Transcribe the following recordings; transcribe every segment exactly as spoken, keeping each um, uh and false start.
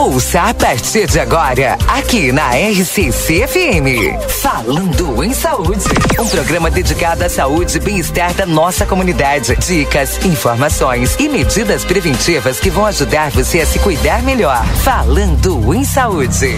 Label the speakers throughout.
Speaker 1: Ouça a partir de agora, aqui na R C C F M. Falando em Saúde. Um programa dedicado à saúde e bem-estar da nossa comunidade. Dicas, informações e medidas preventivas que vão ajudar você a se cuidar melhor. Falando em Saúde.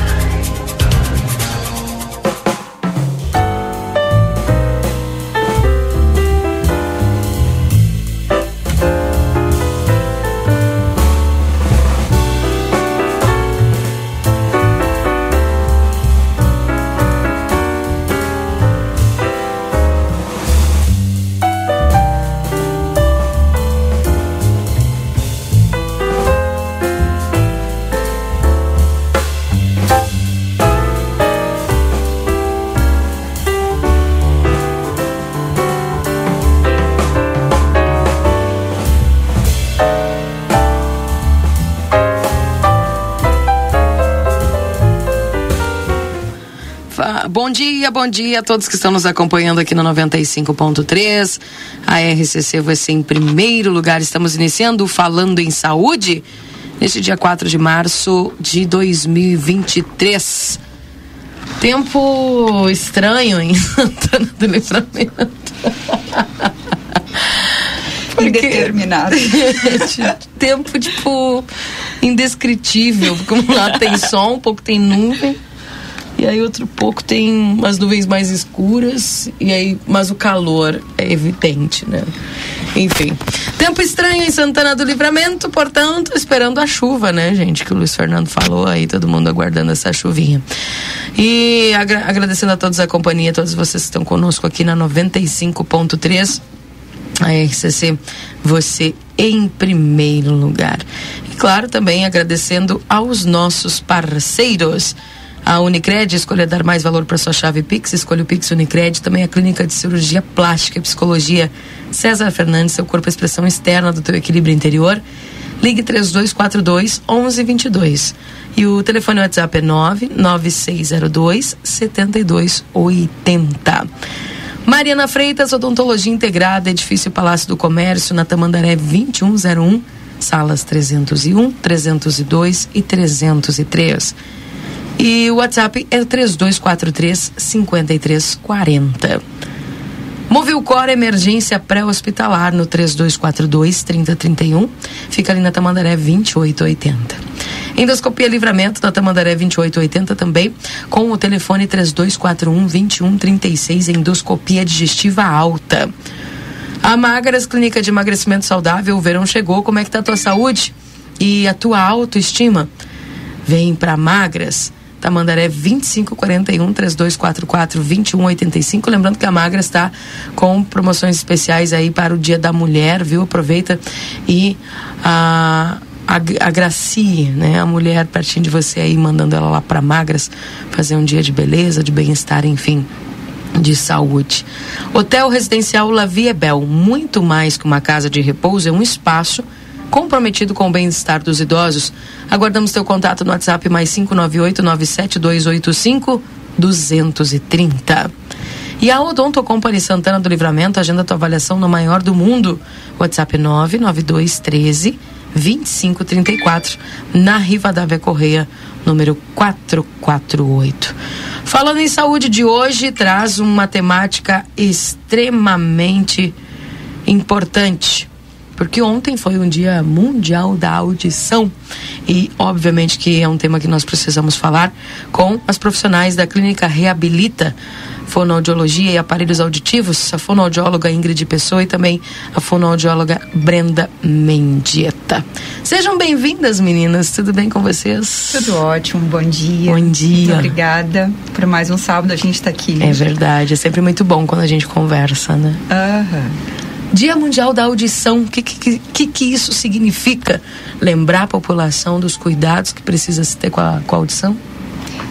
Speaker 2: Bom dia, bom dia a todos que estão nos acompanhando aqui no noventa e cinco ponto três. A R C C vai ser em primeiro lugar. Estamos iniciando o Falando em Saúde neste dia quatro de março de dois mil e vinte e três. Tempo estranho em Santana do Livramento.
Speaker 3: Indeterminado.
Speaker 2: Tempo, tipo, indescritível. Como lá tem sol, um pouco tem nuvem. E aí outro pouco tem umas nuvens mais escuras, e aí, mas o calor é evidente, né? Enfim, tempo estranho em Santana do Livramento, portanto, esperando a chuva, né, gente? Que o Luiz Fernando falou aí, todo mundo aguardando essa chuvinha. E agra- agradecendo a todos a companhia, todos vocês que estão conosco aqui na noventa e cinco ponto três, a R C C, você em primeiro lugar. E claro, também agradecendo aos nossos parceiros. A Unicred, escolha dar mais valor para sua chave Pix, escolha o Pix Unicred, também a Clínica de Cirurgia Plástica e Psicologia César Fernandes, seu corpo é a expressão externa do teu equilíbrio interior. Ligue três dois quatro dois, onze vinte e dois. E o telefone WhatsApp é nove nove seis zero dois, sete dois oito zero. Mariana Freitas, Odontologia Integrada, Edifício Palácio do Comércio, na Tamandaré vinte e um zero um, salas trezentos e um, trezentos e dois e trezentos e três. E o WhatsApp é três dois quatro três, cinco três quatro zero. Movilcor Emergência Pré-Hospitalar no três dois quatro dois, três zero três um. Fica ali na Tamandaré vinte e oito oitenta. Endoscopia Livramento na Tamandaré vinte e oito oitenta também, com o telefone três dois quatro um, vinte e um trinta e seis, endoscopia digestiva alta. A Magras, Clínica de Emagrecimento Saudável, o verão chegou. Como é que tá a tua saúde e a tua autoestima? Vem pra Magras. Tamandaré vinte e cinco quarenta e um, três dois quatro quatro, vinte e um oitenta e cinco. Lembrando que a Magras está com promoções especiais aí para o Dia da Mulher, viu? Aproveita e a, a, agracie, né? A mulher pertinho de você aí, mandando ela lá para Magras fazer um dia de beleza, de bem-estar, enfim, de saúde. Hotel Residencial La Viebel, muito mais que uma casa de repouso, é um espaço comprometido com o bem-estar dos idosos. Aguardamos teu contato no WhatsApp mais cinco nove oito, nove sete dois oito cinco, dois três zero. E a Odonto Company Santana do Livramento agenda tua avaliação no maior do mundo. WhatsApp nove nove dois um três, vinte e cinco trinta e quatro, na Rivadavia Correia, número quatrocentos e quarenta e oito. Falando em saúde de hoje, traz uma temática extremamente importante, porque ontem foi um dia mundial da audição e obviamente que é um tema que nós precisamos falar com as profissionais da Clínica Reabilita Fonoaudiologia e Aparelhos Auditivos, a fonoaudióloga Ingrid Pessoa e também a fonoaudióloga Brenda Mendieta. Sejam bem-vindas, meninas, tudo bem com vocês?
Speaker 3: Tudo ótimo, bom dia.
Speaker 2: Bom dia.
Speaker 3: Muito obrigada por mais um sábado a gente estar tá aqui.
Speaker 2: É verdade, é sempre muito bom quando a gente conversa, né?
Speaker 3: Aham.
Speaker 2: Dia Mundial da Audição, o que que, que que isso significa? Lembrar a população dos cuidados que precisa se ter com a, com a audição?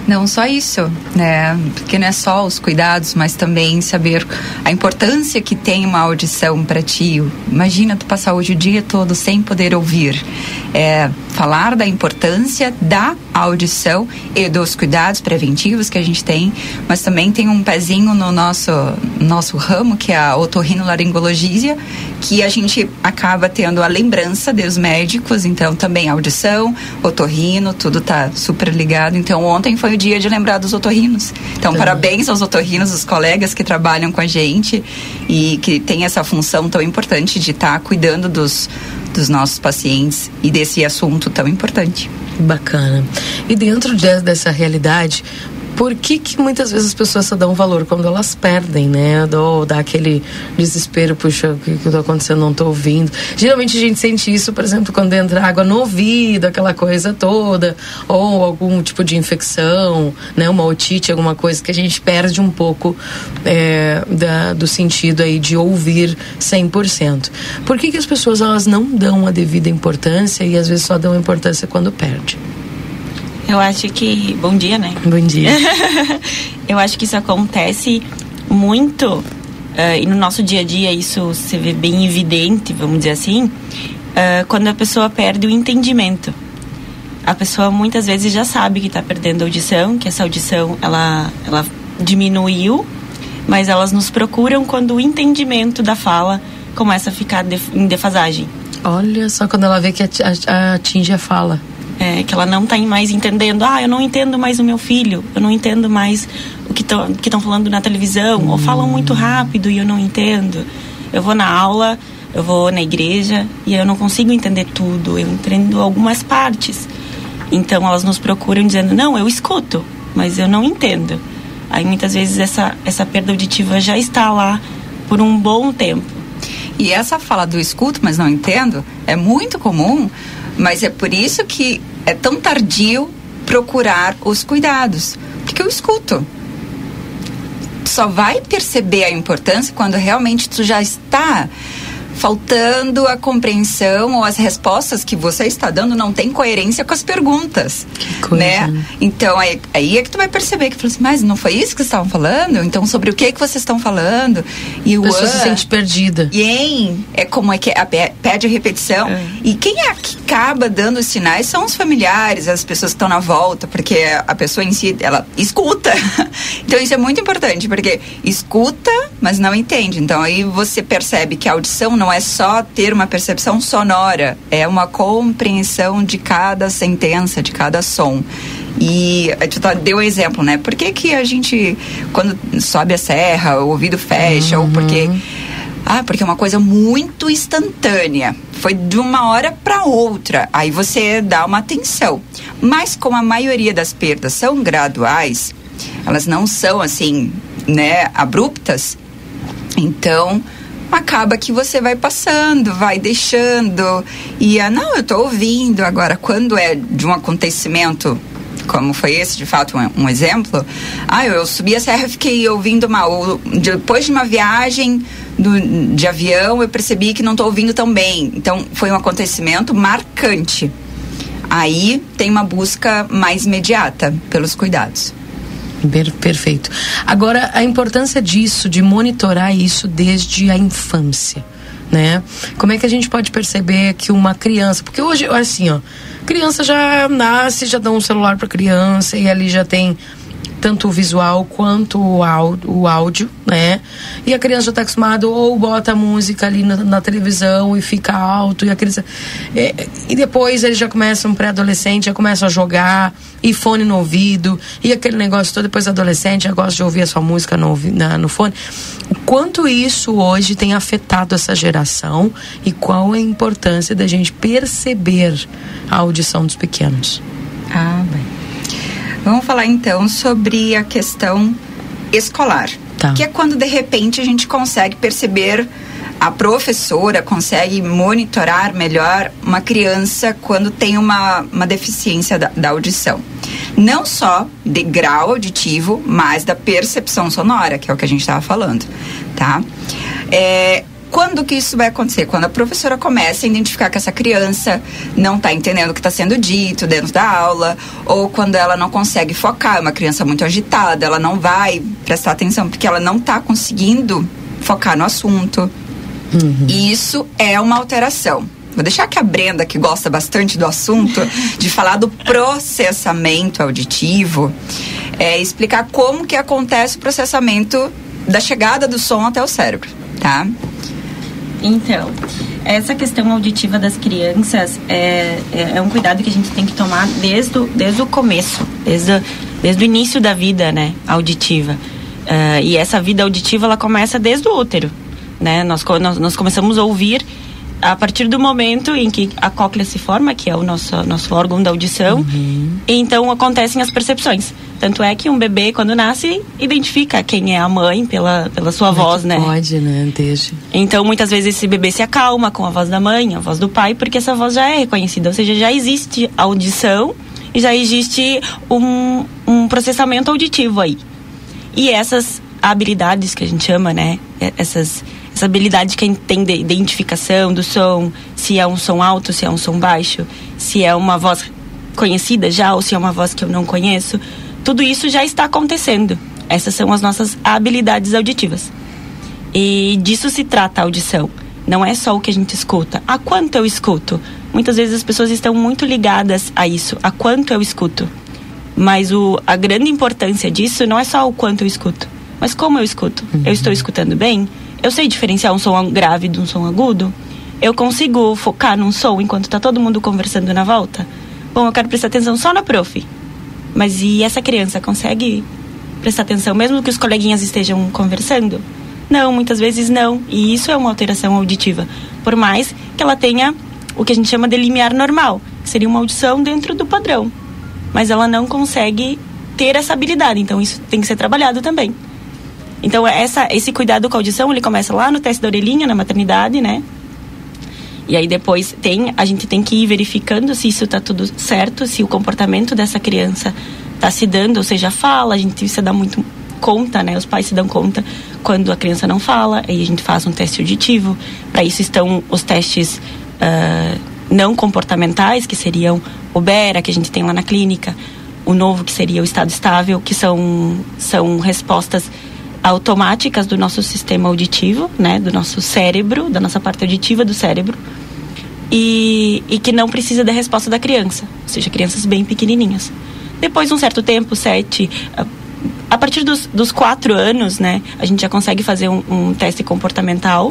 Speaker 3: Não só isso, né? Porque não é só os cuidados, mas também saber a importância que tem uma audição para ti. Imagina tu passar hoje o dia todo sem poder ouvir. É, falar da importância da audição e dos cuidados preventivos que a gente tem, mas também tem um pezinho no nosso, nosso ramo, que é a otorrinolaringologia, que a gente acaba tendo a lembrança dos médicos, então também audição, otorrino, tudo tá super ligado. Então ontem foi o dia de lembrar dos otorrinos. Então tá. Parabéns aos otorrinos, os colegas que trabalham com a gente e que tem essa função tão importante de estar tá cuidando dos, dos nossos pacientes e desse assunto tão importante.
Speaker 2: Bacana. E dentro de, dessa realidade, por que que muitas vezes as pessoas só dão valor quando elas perdem, né? Ou dá aquele desespero, puxa, o que que tá acontecendo, não tô ouvindo. Geralmente a gente sente isso, por exemplo, quando entra água no ouvido, aquela coisa toda, ou algum tipo de infecção, né? Uma otite, alguma coisa que a gente perde um pouco é, da, do sentido aí de ouvir cem por cento. Por que que as pessoas, elas não dão a devida importância e às vezes só dão importância quando perde?
Speaker 4: Eu acho que... Bom dia, né?
Speaker 2: Bom dia.
Speaker 4: Eu acho que isso acontece muito, uh, e no nosso dia a dia isso se vê bem evidente, vamos dizer assim, uh, quando a pessoa perde o entendimento. A pessoa muitas vezes já sabe que está perdendo a audição, que essa audição ela, ela diminuiu, mas elas nos procuram quando o entendimento da fala começa a ficar def- em defasagem.
Speaker 2: Olha só, quando ela vê que atinge a fala.
Speaker 4: É, que ela não está mais entendendo. Ah, eu não entendo mais o meu filho, eu não entendo mais o que estão falando na televisão, hum. ou falam muito rápido e eu não entendo. Eu vou na aula, eu vou na igreja e eu não consigo entender tudo, eu entendo algumas partes. Então elas nos procuram dizendo, não, eu escuto, mas eu não entendo. Aí muitas vezes essa, essa perda auditiva já está lá por um bom tempo.
Speaker 3: E essa fala do escuto, mas não entendo, é muito comum. Mas é por isso que é tão tardio procurar os cuidados. Porque eu escuto. Tu só vai perceber a importância quando realmente tu já está faltando a compreensão ou as respostas que você está dando não tem coerência com as perguntas.
Speaker 2: Que coisa,
Speaker 3: né?
Speaker 2: né?
Speaker 3: Então, aí, aí é que tu vai perceber que assim, mas não foi isso que vocês estavam falando? Então, sobre o que que vocês estão falando? E
Speaker 2: a
Speaker 3: o
Speaker 2: pessoa se sente perdida.
Speaker 3: E em, é como é que a, pede a repetição. É. E quem é que acaba dando os sinais são os familiares, as pessoas que estão na volta, porque a pessoa em si, ela escuta. Então, isso é muito importante, porque escuta, mas não entende. Então, aí você percebe que a audição não é só ter uma percepção sonora, é uma compreensão de cada sentença, de cada som. E tu deu um exemplo, né? Por que que a gente, quando sobe a serra, o ouvido fecha, uhum. ou porque... Ah, porque é uma coisa muito instantânea. Foi de uma hora para outra. Aí você dá uma atenção. Mas como a maioria das perdas são graduais, elas não são assim, né, abruptas, então... acaba que você vai passando, vai deixando e, ah, não, eu tô ouvindo. Agora, quando é de um acontecimento como foi esse, de fato, um, um exemplo, ah, eu, eu subi a serra e fiquei ouvindo mal. Depois de uma viagem do, de avião, eu percebi que não tô ouvindo tão bem. Então, foi um acontecimento marcante. Aí, tem uma busca mais imediata pelos cuidados.
Speaker 2: Perfeito. Agora, a importância disso, de monitorar isso desde a infância, né? Como é que a gente pode perceber que uma criança... Porque hoje, assim, ó, criança já nasce, já dá um celular para criança e ali já tem tanto o visual quanto o áudio, o áudio, né? E a criança já está acostumada, ou bota a música ali na, na televisão e fica alto, e a criança... É, e depois eles já começam, pré-adolescente, já começam a jogar, e fone no ouvido, e aquele negócio todo, depois adolescente já gosta de ouvir a sua música no, na, no fone. O quanto isso hoje tem afetado essa geração e qual a importância da gente perceber a audição dos pequenos?
Speaker 3: Ah, bem. Vamos falar então sobre a questão escolar,
Speaker 2: tá.
Speaker 3: Que é quando de repente a gente consegue perceber, a professora consegue monitorar melhor uma criança quando tem uma, uma deficiência da, da audição. Não só de grau auditivo, mas da percepção sonora, que é o que a gente estava falando, tá? É, quando que isso vai acontecer? Quando a professora começa a identificar que essa criança não está entendendo o que está sendo dito dentro da aula, ou quando ela não consegue focar, é uma criança muito agitada, ela não vai prestar atenção porque ela não está conseguindo focar no assunto. Uhum. E isso é uma alteração. Vou deixar que a Brenda, que gosta bastante do assunto, de falar do processamento auditivo, é, explicar como que acontece o processamento da chegada do som até o cérebro, tá?
Speaker 4: Então, essa questão auditiva das crianças é, é, é um cuidado que a gente tem que tomar desde o, desde o começo, desde o, desde o início da vida, né, auditiva. Uh, e essa vida auditiva, ela começa desde o útero, né? Nós, nós, nós começamos a ouvir a partir do momento em que a cóclea se forma, que é o nosso, nosso órgão da audição, uhum. E então acontecem as percepções. Tanto é que um bebê, quando nasce, identifica quem é a mãe pela, pela sua Como voz,
Speaker 2: é
Speaker 4: né?
Speaker 2: Pode, né? Desde.
Speaker 4: Então, muitas vezes esse bebê se acalma com a voz da mãe, a voz do pai, porque essa voz já é reconhecida. Ou seja, já existe audição e já existe um, um processamento auditivo aí. E essas habilidades que a gente chama, né? Essas, essa habilidade que a gente tem de identificação do som, se é um som alto, se é um som baixo, se é uma voz conhecida já ou se é uma voz que eu não conheço, tudo isso já está acontecendo. Essas são as nossas habilidades auditivas. E disso se trata a audição. Não é só o que a gente escuta. A quanto eu escuto? Muitas vezes as pessoas estão muito ligadas a isso. A quanto eu escuto? Mas o, a grande importância disso não é só o quanto eu escuto, mas como eu escuto. Uhum. Eu estou escutando bem? Eu sei diferenciar um som grave de um som agudo? Eu consigo focar num som enquanto está todo mundo conversando na volta? Bom, eu quero prestar atenção só na prof. Mas e essa criança consegue prestar atenção mesmo que os coleguinhas estejam conversando? Não, muitas vezes não. E isso é uma alteração auditiva. Por mais que ela tenha o que a gente chama de limiar normal, que seria uma audição dentro do padrão. Mas ela não consegue ter essa habilidade. Então isso tem que ser trabalhado também. Então essa, esse cuidado com a audição, ele começa lá no teste da orelhinha, na maternidade, né? E aí depois tem, a gente tem que ir verificando se isso está tudo certo, se o comportamento dessa criança está se dando, ou seja, fala, a gente se dá muito conta, né? Os pais se dão conta quando a criança não fala, aí a gente faz um teste auditivo. Para isso estão os testes uh, não comportamentais, que seriam o BERA, que a gente tem lá na clínica, o novo, que seria o estado estável, que são, são respostas automáticas do nosso sistema auditivo, né, do nosso cérebro, da nossa parte auditiva do cérebro, e, e que não precisa da resposta da criança, ou seja, crianças bem pequenininhas. Depois de um certo tempo, sete, a, a partir dos, dos quatro anos, né, a gente já consegue fazer um, um teste comportamental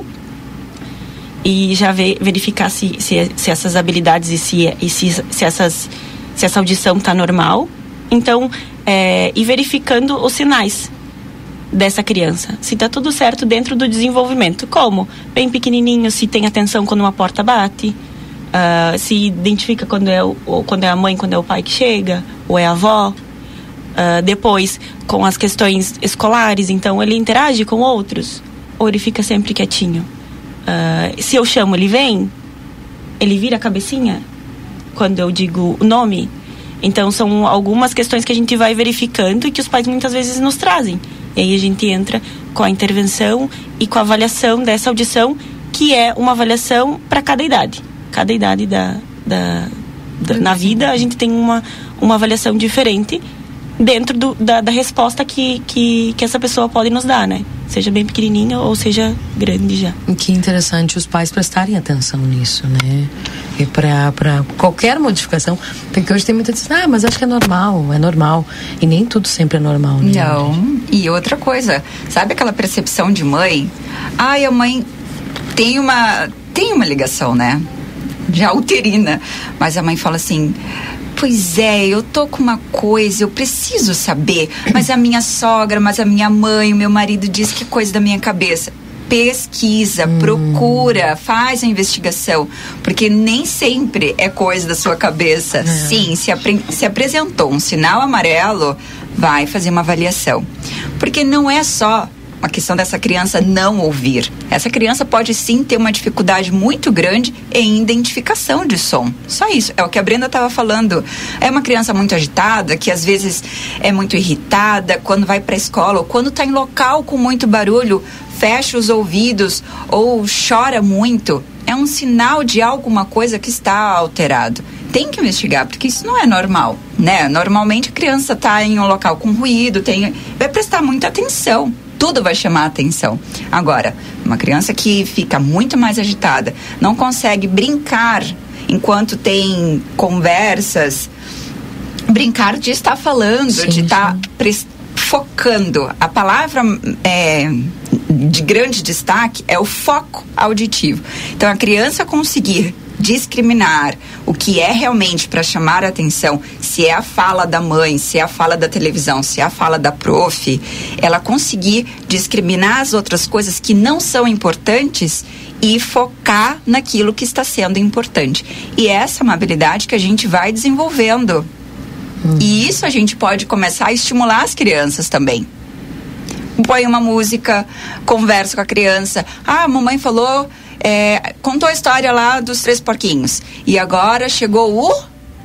Speaker 4: e já ver, verificar se, se, se essas habilidades e se, e se, se, essas, se essa audição está normal. Então, é, e verificando os sinais dessa criança, se está tudo certo dentro do desenvolvimento, como bem pequenininho, se tem atenção quando uma porta bate, uh, se identifica quando é, o, ou quando é a mãe, quando é o pai que chega, ou é a avó. Uh, depois, com as questões escolares, então ele interage com outros, ou ele fica sempre quietinho. Uh, se eu chamo, ele vem, ele vira a cabecinha quando eu digo o nome. Então são algumas questões que a gente vai verificando e que os pais muitas vezes nos trazem. E aí a gente entra com a intervenção e com a avaliação dessa audição, que é uma avaliação para cada idade. Cada idade da, da, da, na vida a gente tem uma, uma avaliação diferente dentro do, da, da resposta que, que, que essa pessoa pode nos dar, né? Seja bem pequenininha ou seja grande já.
Speaker 2: Que interessante os pais prestarem atenção nisso, né? E pra, pra qualquer modificação, porque hoje tem muita gente ah, mas acho que é normal, é normal. E nem tudo sempre é normal, né?
Speaker 3: Não, e outra coisa, sabe aquela percepção de mãe? Ai, a mãe tem uma, tem uma ligação, né? Já uterina, mas a mãe fala assim... Pois é, eu tô com uma coisa, eu preciso saber, mas a minha sogra, mas a minha mãe, o meu marido diz que é coisa da minha cabeça. Pesquisa, hum. procura, faz a investigação, porque nem sempre é coisa da sua cabeça. É. Sim, se, apre- se apresentou um sinal amarelo, vai fazer uma avaliação. Porque não é só uma questão dessa criança não ouvir. Essa criança pode sim ter uma dificuldade muito grande em identificação de som. Só isso, é o que a Brenda estava falando. É uma criança muito agitada, que às vezes é muito irritada quando vai para a escola, ou quando está em local com muito barulho, fecha os ouvidos ou chora muito. É um sinal de alguma coisa que está alterado. Tem que investigar, porque isso não é normal, né? Normalmente a criança está em um local com ruído, tem, vai prestar muita atenção. Tudo vai chamar a atenção. Agora, uma criança que fica muito mais agitada, não consegue brincar enquanto tem conversas, brincar de estar falando, sim, de estar pres- focando. A palavra é, de grande destaque é o foco auditivo. Então, a criança conseguir discriminar o que é realmente para chamar a atenção, se é a fala da mãe, se é a fala da televisão, se é a fala da prof, ela conseguir discriminar as outras coisas que não são importantes e focar naquilo que está sendo importante. E essa é uma habilidade que a gente vai desenvolvendo. Hum. E isso a gente pode começar a estimular as crianças também. Põe uma música, conversa com a criança. Ah, a mamãe falou... É, contou a história lá dos três porquinhos. E agora chegou o...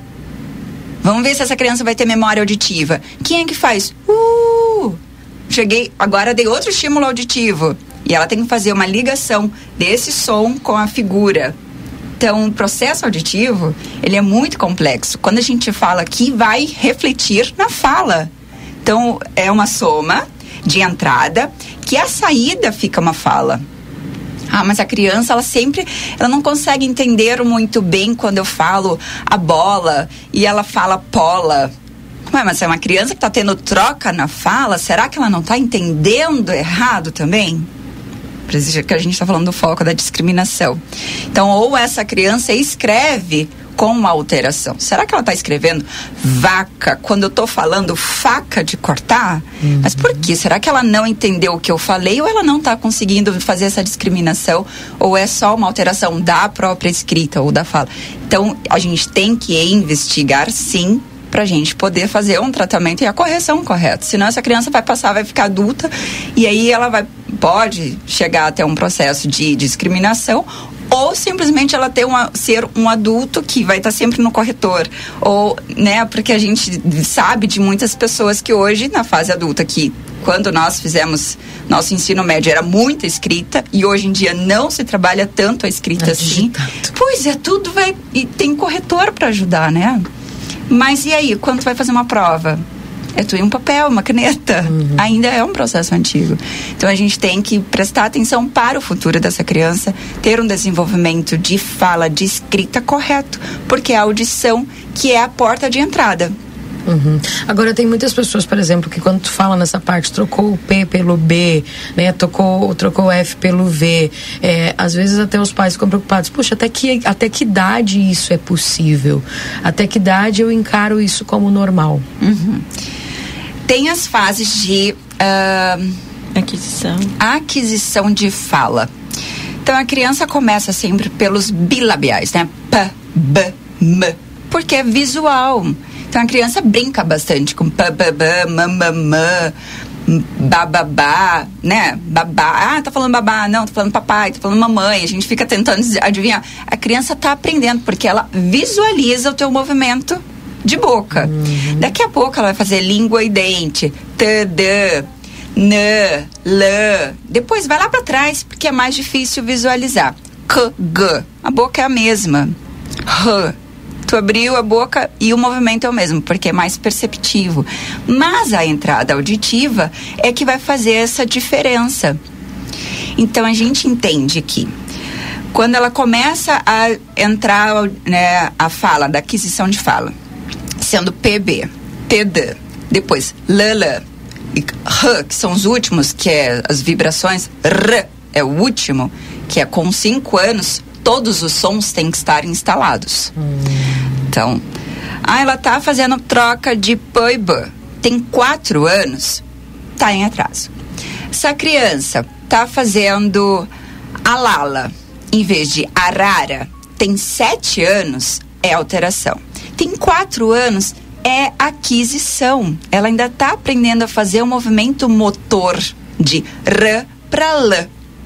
Speaker 3: Vamos ver se essa criança vai ter memória auditiva. Quem é que faz? Uh! Cheguei, agora dei outro estímulo auditivo. E ela tem que fazer uma ligação desse som com a figura. Então, o processo auditivo, ele é muito complexo. Quando a gente fala aqui, vai refletir na fala. Então, é uma soma de entrada, que a saída fica uma fala. Ah, mas a criança, ela sempre, ela não consegue entender muito bem quando eu falo a bola e ela fala pola. Ué, mas é uma criança que está tendo troca na fala, será que ela não está entendendo errado também? Por isso que a gente está falando do foco da discriminação. Então, ou essa criança escreve com uma alteração. Será que ela está escrevendo vaca quando eu estou falando faca de cortar? Uhum. Mas por quê? Será que ela não entendeu o que eu falei ou ela não está conseguindo fazer essa discriminação? Ou é só uma alteração da própria escrita ou da fala? Então, a gente tem que investigar, sim, para a gente poder fazer um tratamento e a correção correta. Senão essa criança vai passar, vai ficar adulta e aí ela vai, pode chegar até um processo de discriminação, ou simplesmente ela ter uma, ser um adulto que vai estar sempre no corretor. Ou, né, porque a gente sabe de muitas pessoas que hoje, na fase adulta, que quando nós fizemos nosso ensino médio era muita escrita e hoje em dia não se trabalha tanto a escrita é assim. Digitado. Pois é, tudo vai... E tem corretor para ajudar, né? Mas e aí, quando tu vai fazer uma prova? É tu e um papel, uma caneta. Uhum. Ainda é um processo antigo. Então a gente tem que prestar atenção para o futuro dessa criança, ter um desenvolvimento de fala, de escrita correto, porque é a audição que é a porta de entrada.
Speaker 2: Uhum. Agora tem muitas pessoas, por exemplo, que quando tu fala nessa parte, trocou o P pelo B, né, trocou, trocou o F pelo V, é, às vezes até os pais ficam preocupados, puxa, até que, até que idade isso é possível? Até que idade eu encaro isso como normal?
Speaker 3: Uhum. Tem as fases de uh,
Speaker 4: aquisição.
Speaker 3: aquisição de fala. Então a criança começa sempre pelos bilabiais, né? P, B, M, porque é visual. Então a criança brinca bastante com p, b, b, m, m, m, bababá, né? Babá, ah, tá falando babá, não, tá falando papai, tá falando mamãe. A gente fica tentando adivinhar. A criança tá aprendendo porque ela visualiza o teu movimento de boca. Uhum. Daqui a pouco ela vai fazer língua e dente. T, D, N, L. Depois vai lá pra trás porque é mais difícil visualizar. K, G. A boca é a mesma. R. Tu abriu a boca e o movimento é o mesmo, porque é mais perceptivo. Mas a entrada auditiva é que vai fazer essa diferença. Então a gente entende que quando ela começa a entrar, né, a fala, da aquisição de fala, sendo P B, T D, depois L L e R, que são os últimos, que é as vibrações, R é o último, que é com cinco anos, todos os sons têm que estar instalados. Hum. Então, ah, ela tá fazendo troca de P e B. Tem quatro anos, tá em atraso. Se a criança tá fazendo a Lala em vez de Arara, tem sete anos, é alteração. Tem quatro anos, é aquisição. Ela ainda tá aprendendo a fazer o movimento motor de R para L.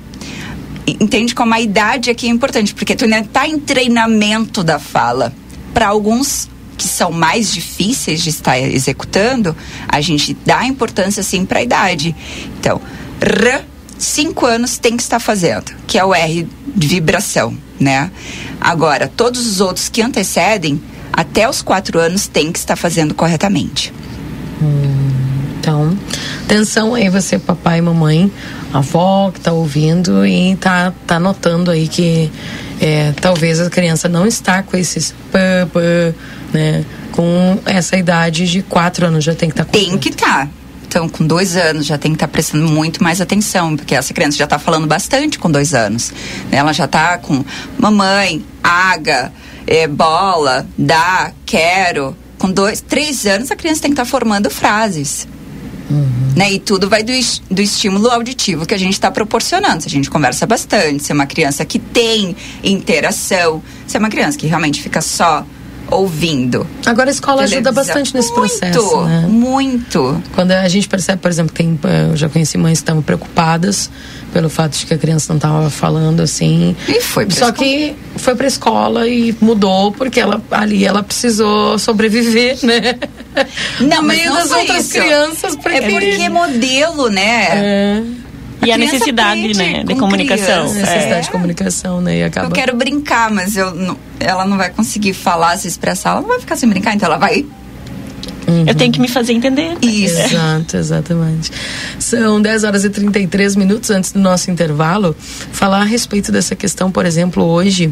Speaker 3: Entende como a idade aqui é importante, porque tu ainda está em treinamento da fala. Para alguns que são mais difíceis de estar executando, a gente dá importância sim para a idade. Então, R, cinco anos tem que estar fazendo, que é o R de vibração, né? Agora, todos os outros que antecedem, até os quatro anos tem que estar fazendo corretamente.
Speaker 2: Hum, então, atenção aí você, papai e mamãe, avó que tá ouvindo e tá, tá notando aí que é, talvez a criança não está com esses pã, pã, né? Com essa idade de quatro anos já tem que estar tá
Speaker 3: Tem que estar. Tá. Então, com dois anos já tem que estar tá prestando muito mais atenção, porque essa criança já está falando bastante com dois anos. Né? Ela já está com mamãe, aga, é, bola, dá, quero. Com dois, três anos a criança tem que estar tá formando frases. Uhum. Né? E tudo vai do, do estímulo auditivo que a gente está proporcionando. Se a gente conversa bastante, se é uma criança que tem interação, se é uma criança que realmente fica só ouvindo.
Speaker 2: Agora a escola ajuda bastante nesse
Speaker 3: muito,
Speaker 2: processo, né?
Speaker 3: Muito.
Speaker 2: Quando a gente percebe, por exemplo, tem, eu já conheci mães que estavam preocupadas pelo fato de que a criança não estava falando assim.
Speaker 3: E foi pra
Speaker 2: Só
Speaker 3: escola.
Speaker 2: que foi pra escola e mudou porque ela ali ela precisou sobreviver, né?
Speaker 3: Não,
Speaker 2: no
Speaker 3: mas
Speaker 2: meio
Speaker 3: não
Speaker 2: das
Speaker 3: só
Speaker 2: outras
Speaker 3: isso.
Speaker 2: crianças.
Speaker 3: É porque é modelo, né?
Speaker 2: É.
Speaker 4: E a
Speaker 3: criança
Speaker 4: necessidade,
Speaker 3: aprende
Speaker 4: né, de
Speaker 3: com
Speaker 4: comunicação.
Speaker 3: criança.
Speaker 2: Necessidade
Speaker 3: É.
Speaker 2: de comunicação, né? E acaba...
Speaker 3: Eu quero brincar, mas eu não, ela não vai conseguir falar, se expressar, ela não vai ficar sem brincar, então ela vai...
Speaker 2: Uhum.
Speaker 4: Eu tenho que me fazer entender.
Speaker 3: Isso.
Speaker 2: Exato, exatamente. São dez horas e trinta e três minutos antes do nosso intervalo. Falar a respeito dessa questão, por exemplo, hoje,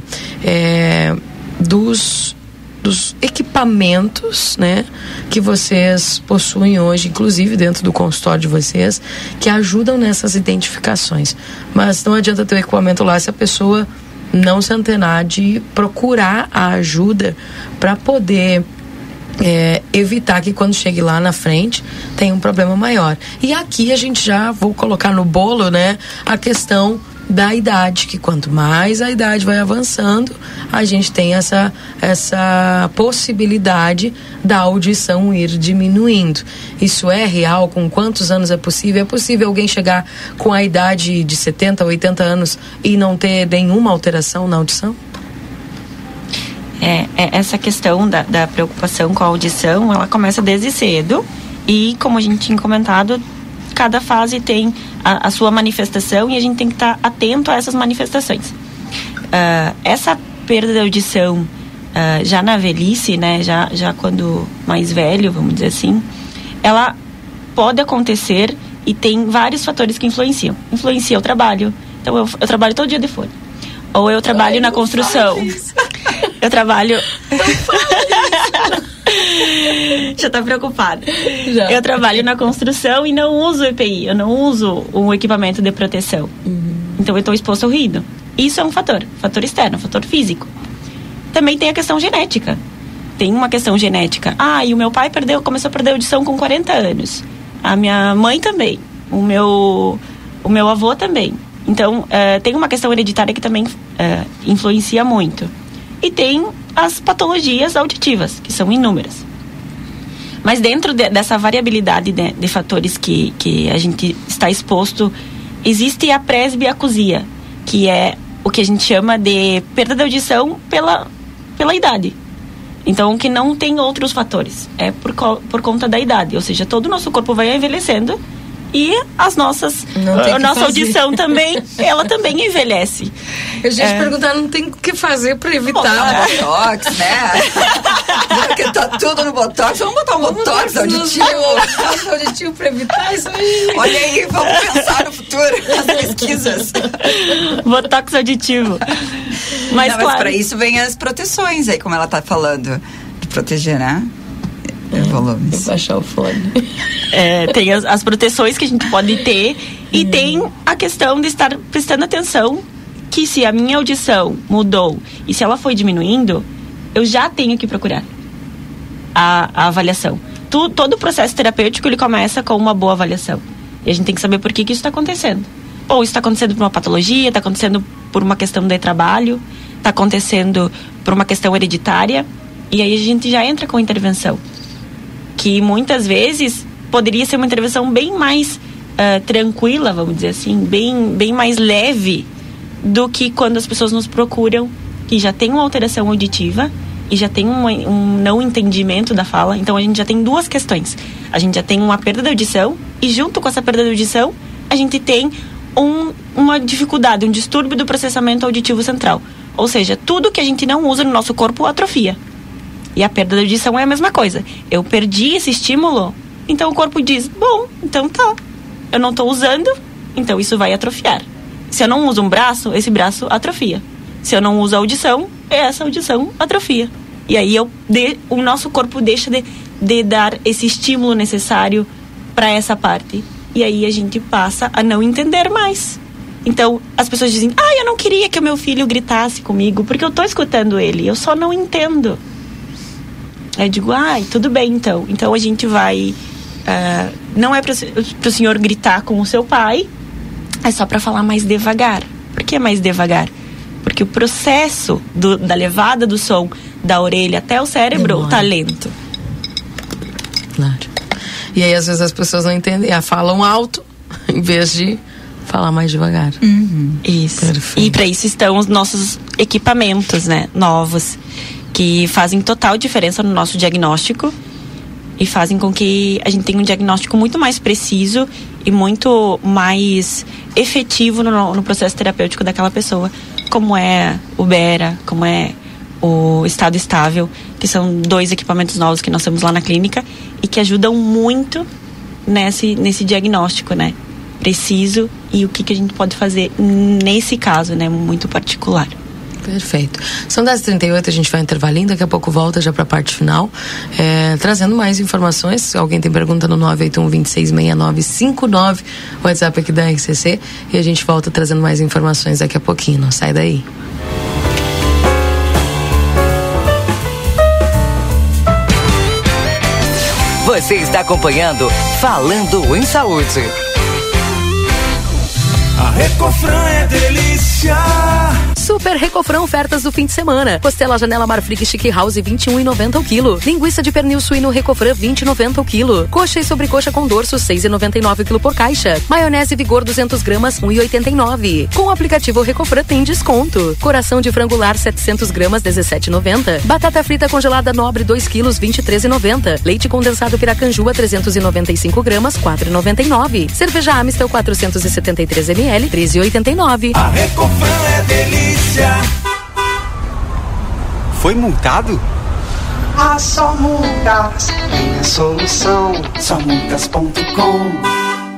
Speaker 2: é, dos, dos equipamentos, né, que vocês possuem hoje, inclusive dentro do consultório de vocês, que ajudam nessas identificações. Mas não adianta ter o equipamento lá se a pessoa não se antenar de procurar a ajuda para poder É, evitar que quando chegue lá na frente tenha um problema maior. E aqui a gente já vou colocar no bolo, né, a questão da idade, que quanto mais a idade vai avançando, a gente tem essa, essa possibilidade da audição ir diminuindo. Isso é real? Com quantos anos é possível? É possível alguém chegar com a idade de setenta, oitenta anos e não ter nenhuma alteração na audição?
Speaker 4: É, é, essa questão da, da preocupação com a audição, ela começa desde cedo e, como a gente tinha comentado, cada fase tem a, a sua manifestação e a gente tem que estar atento a essas manifestações. Uh, essa perda de audição uh, já na velhice, né, já, já quando mais velho, vamos dizer assim, ela pode acontecer e tem vários fatores que influenciam. Influencia o trabalho. Então, eu, eu trabalho todo dia de fone. Ou eu trabalho Ai, na construção. Eu trabalho... Já tá preocupada. Já. Eu trabalho na construção e não uso E P I. Eu não uso um equipamento de proteção. Uhum. Então eu estou exposto ao ruído. Isso é um fator. Fator externo, fator físico. Também tem a questão genética. Tem uma questão genética. Ah, e o meu pai perdeu, começou a perder a audição com quarenta anos. A minha mãe também. O meu, o meu avô também. Então, uh, tem uma questão hereditária que também uh, influencia muito. E tem as patologias auditivas, que são inúmeras. Mas dentro de, dessa variabilidade de, de fatores que, que a gente está exposto, existe a presbiacusia, que é o que a gente chama de perda de audição pela, pela idade. Então, que não tem outros fatores. É por, por conta da idade. Ou seja, todo o nosso corpo vai envelhecendo e as nossas, a nossa fazer. audição também, ela também envelhece.
Speaker 2: Eu já te é. perguntar, não tem o que fazer para evitar.
Speaker 3: Botar um botox, né? Porque tá tudo no botox. Vamos botar um vamos botox auditivo.
Speaker 2: Botox auditivo para evitar isso aí.
Speaker 3: Olha aí, vamos pensar no futuro, nas pesquisas.
Speaker 4: Botox auditivo. Mas,
Speaker 3: não,
Speaker 4: claro,
Speaker 3: mas para isso vem as proteções aí, como ela tá falando. De proteger, né? É, volumes.
Speaker 2: Baixar o fone.
Speaker 4: É, tem as, as proteções que a gente pode ter e hum. tem a questão de estar prestando atenção que se a minha audição mudou e se ela foi diminuindo, eu já tenho que procurar a, a avaliação. Tu, todo o processo terapêutico ele começa com uma boa avaliação. E a gente tem que saber por que, que isso está acontecendo. Ou isso está acontecendo por uma patologia, está acontecendo por uma questão de trabalho, está acontecendo por uma questão hereditária. E aí a gente já entra com intervenção. Que muitas vezes poderia ser uma intervenção bem mais uh, tranquila, vamos dizer assim, bem, bem mais leve do que quando as pessoas nos procuram que já tem uma alteração auditiva e já tem um, um não entendimento da fala. Então a gente já tem duas questões. A gente já tem uma perda da audição e junto com essa perda da audição a gente tem um, uma dificuldade, um distúrbio do processamento auditivo central. Ou seja, tudo que a gente não usa no nosso corpo atrofia. E a perda da audição é a mesma coisa. Eu perdi esse estímulo, então o corpo diz, bom, então tá, eu não estou usando, então isso vai atrofiar. Se eu não uso um braço, esse braço atrofia. Se eu não uso a audição, essa audição atrofia. E aí eu de, o nosso corpo deixa de, de dar esse estímulo necessário para essa parte. E aí a gente passa a não entender mais. Então as pessoas dizem, ah, eu não queria que o meu filho gritasse comigo, porque eu estou escutando ele, eu só não entendo. Eu digo, ai, ah, tudo bem então. Então a gente vai... Uh, não é para o senhor gritar com o seu pai, é só para falar mais devagar. Por que mais devagar? Porque o processo do, da levada do som da orelha até o cérebro Demora. Tá lento.
Speaker 2: Claro. E aí às vezes as pessoas não entendem, ah, falam alto em vez de falar mais devagar.
Speaker 4: Uhum. Isso. Perfeito. E para isso estão os nossos equipamentos, né, novos, que fazem total diferença no nosso diagnóstico e fazem com que a gente tenha um diagnóstico muito mais preciso e muito mais efetivo no, no processo terapêutico daquela pessoa, como é o Bera, como é o Estado Estável, que são dois equipamentos novos que nós temos lá na clínica e que ajudam muito nesse, nesse diagnóstico, né, preciso, e o que, que a gente pode fazer nesse caso, né, muito particular.
Speaker 2: Perfeito. São dez e trinta e oito, a gente vai intervalinho, daqui a pouco volta já para a parte final, é, trazendo mais informações. Se alguém tem pergunta no nove oito um, dois seis seis nove cinco nove, o WhatsApp aqui da R C C, e a gente volta trazendo mais informações daqui a pouquinho, não sai daí.
Speaker 1: Você está acompanhando Falando em Saúde.
Speaker 5: A Recofran é delícia.
Speaker 6: Super Recofran ofertas do fim de semana. Costela Janela Marfrig Chic House vinte e um reais e noventa centavos o quilo. Linguiça de pernil suíno Recofran vinte e noventa o quilo. Coxa e sobrecoxa com dorso seis reais e noventa e nove o quilo por caixa. Maionese Vigor duzentas gramas um real e oitenta e nove. Com o aplicativo Recofran tem desconto. Coração de frango lar setecentas gramas dezessete reais e noventa centavos. Batata frita congelada Nobre dois quilos vinte e três reais e noventa centavos. Leite condensado Piracanjuba trezentas e noventa e cinco gramas quatro reais e noventa e nove centavos. Cerveja Amistel quatrocentos e setenta e três mililitros treze reais e oitenta e nove centavos.
Speaker 5: A Recofran é delícia.
Speaker 7: Foi multado?
Speaker 8: Ah, só multas tem a solução. só multas ponto com.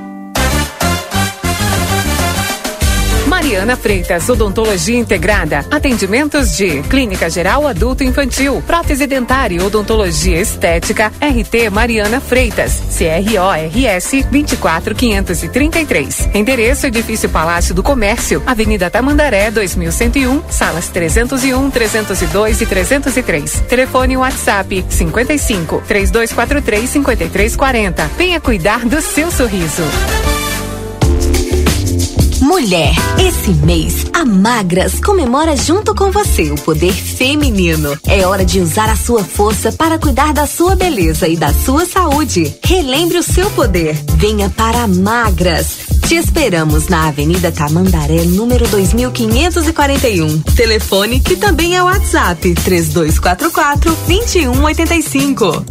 Speaker 9: Mariana Freitas, Odontologia Integrada. Atendimentos de Clínica Geral Adulto Infantil, Prótese Dentária e Odontologia Estética. R T Mariana Freitas, C R O R S vinte e quatro quinhentos e trinta e três. Endereço Edifício Palácio do Comércio, Avenida Tamandaré dois mil cento e um, salas trezentos e um, trezentos e dois e trezentos e três. Telefone WhatsApp cinquenta e cinco, três dois quatro três, cinquenta e três quarenta. Venha cuidar do seu sorriso.
Speaker 10: Mulher, esse mês a Magras comemora junto com você o poder feminino. É hora de usar a sua força para cuidar da sua beleza e da sua saúde. Relembre o seu poder. Venha para Magras. Te esperamos na Avenida Tamandaré, número dois mil quinhentos e quarenta e um. Telefone que também é WhatsApp três dois quatro quatro, dois um oito cinco.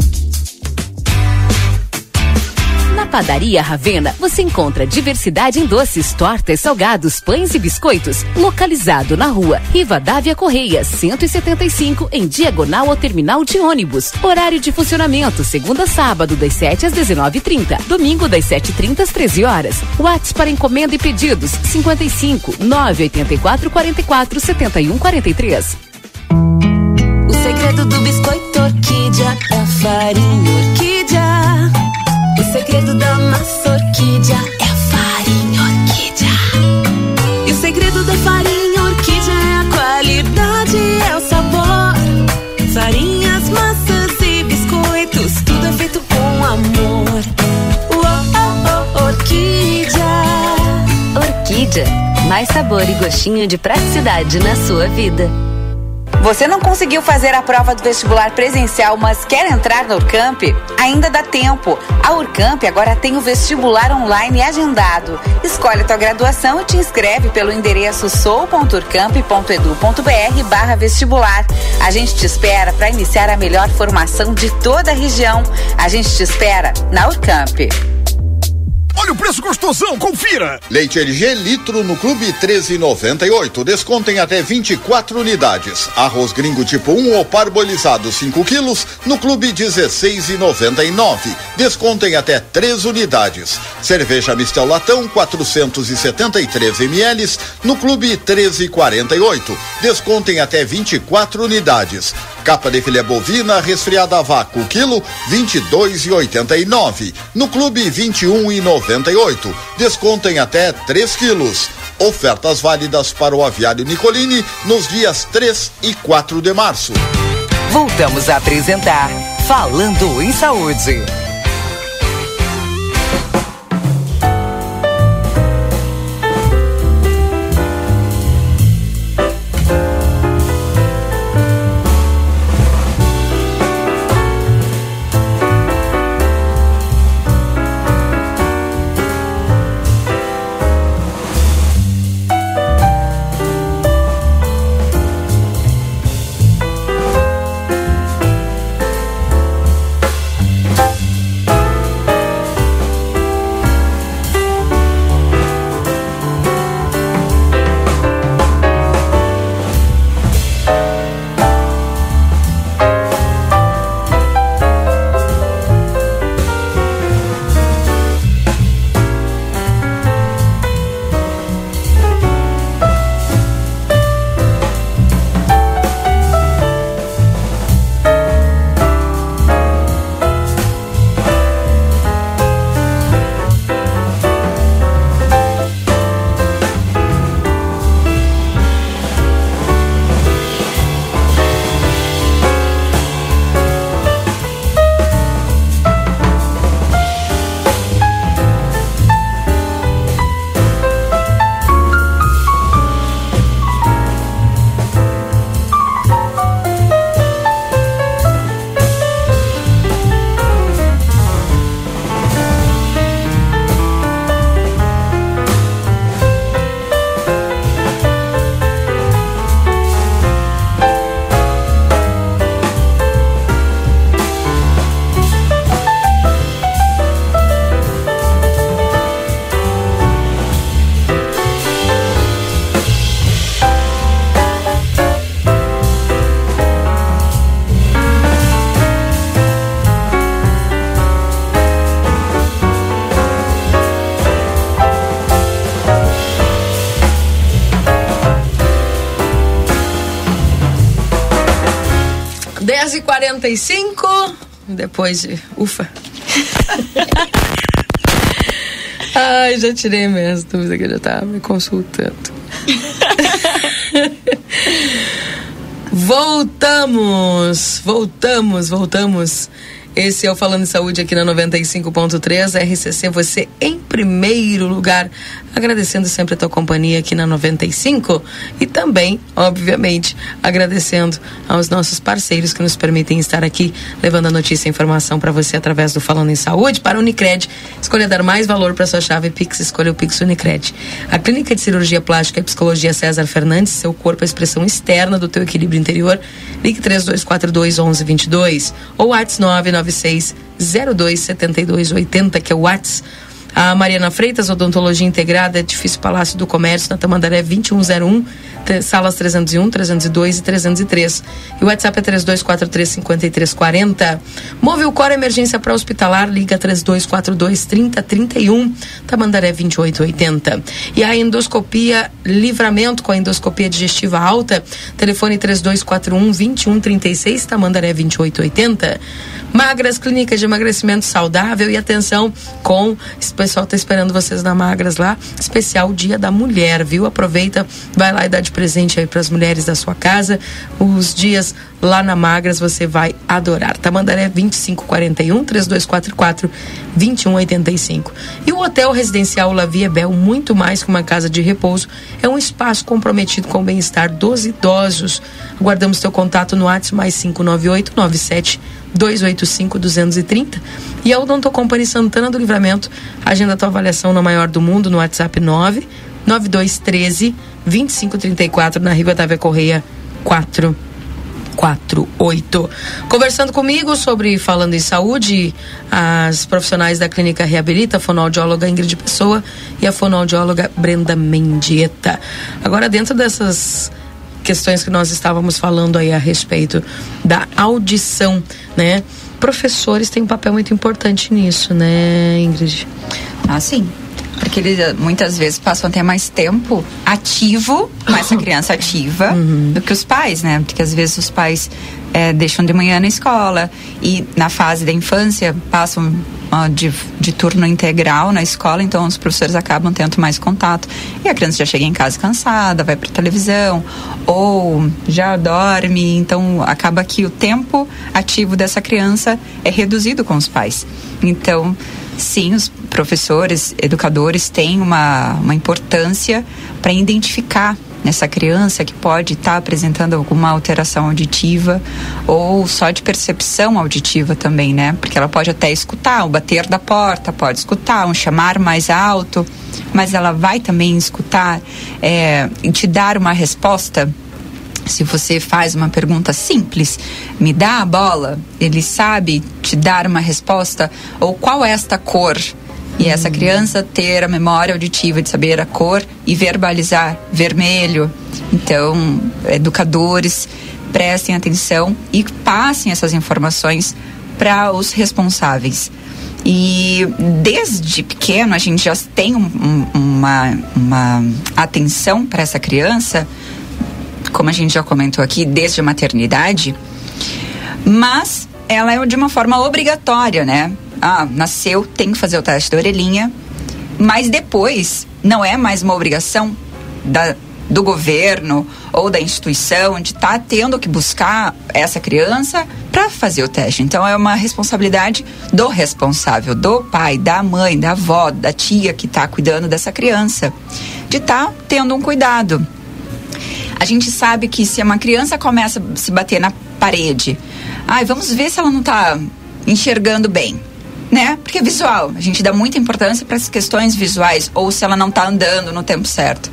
Speaker 6: Na Padaria Ravena, você encontra diversidade em doces, tortas, salgados, pães e biscoitos. Localizado na rua Rivadavia Correia, cento e setenta e cinco, em diagonal ao terminal de ônibus. Horário de funcionamento, segunda a sábado, das sete às dezenove e trinta. Domingo, das sete e trinta às treze horas. WhatsApp para encomenda e pedidos, cinquenta e cinco, nove oito quatro, quarenta e quatro, setenta e um, quarenta e três.
Speaker 10: O segredo do biscoito orquídea é a farinha orquídea. O segredo da massa orquídea é a farinha orquídea. E o segredo da farinha orquídea é a qualidade, é o sabor. Farinhas, massas e biscoitos, tudo é feito com amor. Oh, oh, oh, orquídea.
Speaker 11: Orquídea, mais sabor e gostinho de praticidade na sua vida.
Speaker 7: Você não conseguiu fazer a prova do vestibular presencial, mas quer entrar na Urcamp? Ainda dá tempo. A Urcamp agora tem o vestibular online agendado. Escolhe a tua graduação e te inscreve pelo endereço sou ponto urcamp ponto edu ponto br barra vestibular. A gente te espera para iniciar a melhor formação de toda a região. A gente te espera na Urcamp.
Speaker 11: Olha o preço gostosão, confira!
Speaker 12: Leite L G litro no Clube treze e noventa e oito, desconto em até vinte e quatro unidades. Arroz gringo tipo um ou parbolizado cinco quilos no Clube dezesseis e noventa e nove, desconto em até três unidades. Cerveja Mistel Latão quatrocentos e setenta e três mililitros no Clube treze e quarenta e oito, desconto em até vinte e quatro unidades. Capa de filé bovina resfriada a vácuo quilo vinte e dois e oitenta e nove no Clube vinte e um e noventa e oito, desconto em até três quilos. Ofertas válidas para o Aviário Nicolini nos dias três e quatro de março.
Speaker 1: Voltamos a apresentar Falando em Saúde.
Speaker 2: dez e quarenta e cinco, depois de... Ufa. Ai, já tirei minhas dúvidas que eu já tava me consultando. Voltamos, voltamos, voltamos. Esse é o Falando em Saúde aqui na noventa e cinco ponto três, R C C, você em primeiro lugar. Agradecendo sempre a tua companhia aqui na noventa e cinco e também, obviamente, agradecendo aos nossos parceiros que nos permitem estar aqui levando a notícia e a informação para você através do Falando em Saúde. Para a Unicred, escolha dar mais valor para sua chave Pix, escolha o Pix Unicred. A Clínica de Cirurgia Plástica e Psicologia César Fernandes, seu corpo é a expressão externa do teu equilíbrio interior. Ligue três dois quatro dois, um um dois dois ou WhatsApp nove nove seis zero dois sete dois oito zero, que é o WhatsApp. A Mariana Freitas, Odontologia Integrada, Edifício Palácio do Comércio, na Tamandaré vinte e um zero um, salas trezentos e um, trezentos e dois e trezentos e três. E o WhatsApp é três dois quatro três, cinco três quatro zero. Móvel Cor Emergência Pré-Hospitalar, liga três dois quatro dois, trinta, trinta e um, Tamandaré vinte e oito oitenta. E a Endoscopia Livramento, com a endoscopia digestiva alta, telefone três dois quatro um, vinte e um trinta e seis, Tamandaré vinte e oito oitenta. Magras, Clínica de Emagrecimento Saudável, e atenção, com o pessoal tá esperando vocês na Magras lá, especial Dia da Mulher, viu? Aproveita, vai lá e dá de presente aí para as mulheres da sua casa. Os dias lá na Magras você vai adorar. Tamandaré vinte e cinco quarenta e um, três dois quatro quatro, vinte e um oitenta e cinco. E o Hotel Residencial La Vie Bel, muito mais que uma casa de repouso, é um espaço comprometido com o bem-estar dos idosos. Aguardamos teu contato no WhatsApp mais cinco nove oito nove sete dois oito cinco dois zero três zero. E a Odonto Company Santana do Livramento, agenda tua avaliação na maior do mundo no WhatsApp nove nove dois um três dois cinco três quatro, na Rua Otávio Correia quatro quatro oito. Conversando comigo sobre Falando em Saúde, as profissionais da Clínica Reabilita, a fonoaudióloga Ingrid Pessoa e a fonoaudióloga Brenda Mendieta. Agora, dentro dessas questões que nós estávamos falando aí a respeito da audição, né? Professores têm um papel muito importante nisso, né, Ingrid?
Speaker 3: Ah, sim. Porque eles muitas vezes passam a ter mais tempo ativo, com essa criança ativa, uhum. do que os pais, né? Porque às vezes os pais é, deixam de manhã na escola e na fase da infância passam uh, de, de turno integral na escola, então os professores acabam tendo mais contato. E a criança já chega em casa cansada, vai para televisão ou já dorme, então acaba que o tempo ativo dessa criança é reduzido com os pais. Então, sim, os professores, educadores têm uma, uma importância para identificar nessa criança que pode estar tá apresentando alguma alteração auditiva ou só de percepção auditiva também, né? Porque ela pode até escutar o bater da porta, pode escutar um chamar mais alto, mas ela vai também escutar é, e te dar uma resposta. Se você faz uma pergunta simples, me dá a bola, ele sabe te dar uma resposta, ou qual é esta cor? E essa criança ter a memória auditiva de saber a cor e verbalizar vermelho. Então, educadores, prestem atenção e passem essas informações para os responsáveis. E desde pequeno a gente já tem um, um, uma, uma atenção para essa criança, como a gente já comentou aqui, desde a maternidade, mas ela é de uma forma obrigatória, né? Ah, nasceu, tem que fazer o teste da orelhinha, mas depois não é mais uma obrigação da, do governo ou da instituição de estar tá tendo que buscar essa criança para fazer o teste. Então é uma responsabilidade do responsável, do pai, da mãe, da avó, da tia que está cuidando dessa criança, de estar tá tendo um cuidado. A gente sabe que se uma criança começa a se bater na parede, ai, vamos ver se ela não está enxergando bem, né? Porque é visual, a gente dá muita importância para as questões visuais, ou se ela não está andando no tempo certo.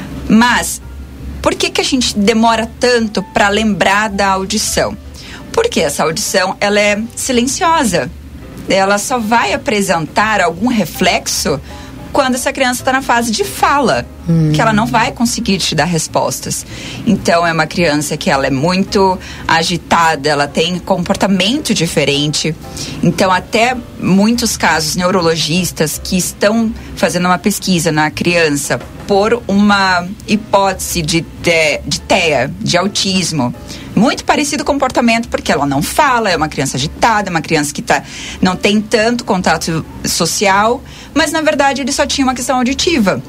Speaker 3: Mas por que que a gente demora tanto para lembrar da audição? Porque essa audição, ela é silenciosa. Ela só vai apresentar algum reflexo quando essa criança está na fase de fala, hum. que ela não vai conseguir te dar respostas. Então é uma criança que ela é muito agitada, ela tem comportamento diferente. Então até muitos casos neurologistas que estão fazendo uma pesquisa na criança por uma hipótese de, de, de T E A, de autismo, muito parecido com o comportamento, porque ela não fala, é uma criança agitada, é uma criança que tá, não tem tanto contato social, mas na verdade ele só tinha uma questão auditiva.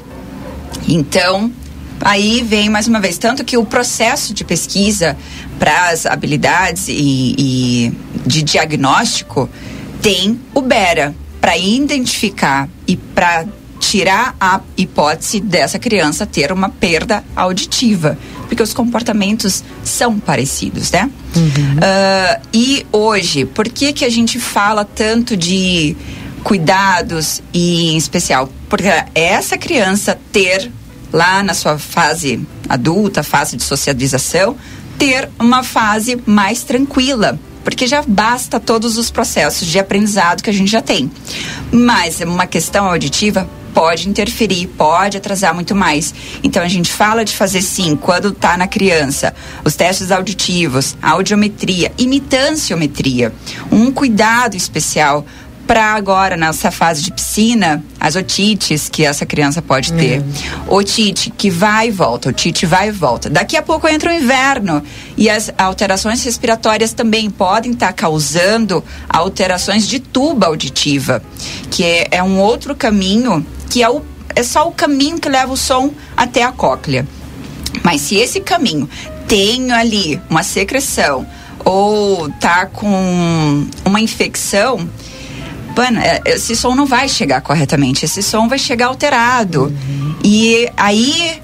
Speaker 3: Então, aí vem mais uma vez, tanto que o processo de pesquisa para as habilidades e, e de diagnóstico tem o BERA, para identificar e para tirar a hipótese dessa criança ter uma perda auditiva, porque os comportamentos são parecidos, né? Uhum. Uh, e hoje, por que que a gente fala tanto de cuidados e em especial? Porque essa criança ter lá na sua fase adulta, fase de socialização, ter uma fase mais tranquila, porque já basta todos os processos de aprendizado que a gente já tem. Mas uma questão auditiva pode interferir, pode atrasar muito mais. Então a gente fala de fazer sim, quando está na criança, os testes auditivos, audiometria, imitanciometria, um cuidado especial para agora, nessa fase de piscina, as otites que essa criança pode ter. Uhum. Otite que vai e volta, otite vai e volta. Daqui a pouco entra o inverno e as alterações respiratórias também podem estar tá causando alterações de tuba auditiva, que é, é um outro caminho, que é, o, é só o caminho que leva o som até a cóclea. Mas se esse caminho tem ali uma secreção ou tá com uma infecção, Bueno, esse som não vai chegar corretamente, esse som vai chegar alterado. Uhum. E aí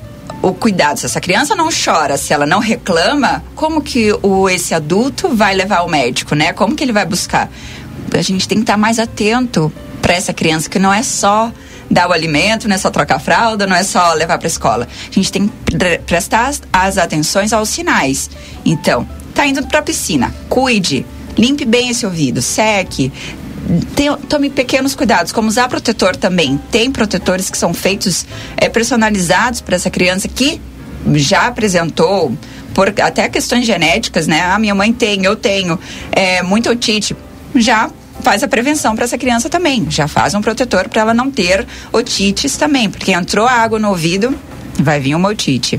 Speaker 3: o cuidado. Se essa criança não chora, se ela não reclama, como que o, esse adulto vai levar ao médico, né? Como que ele vai buscar? A gente tem que estar mais atento para essa criança, que não é só dar o alimento, não é só trocar a fralda, não é só levar para a escola. A gente tem que prestar as, as atenções aos sinais. Então, tá indo para a piscina, cuide, limpe bem esse ouvido, seque, tem, tome pequenos cuidados, como usar protetor também. Tem protetores que são feitos, é, personalizados para essa criança que já apresentou, por até questões genéticas, né? A minha mãe tem, eu tenho, é, muita otite, já faz a prevenção para essa criança também, já faz um protetor para ela não ter otites também, porque entrou água no ouvido, vai vir uma otite.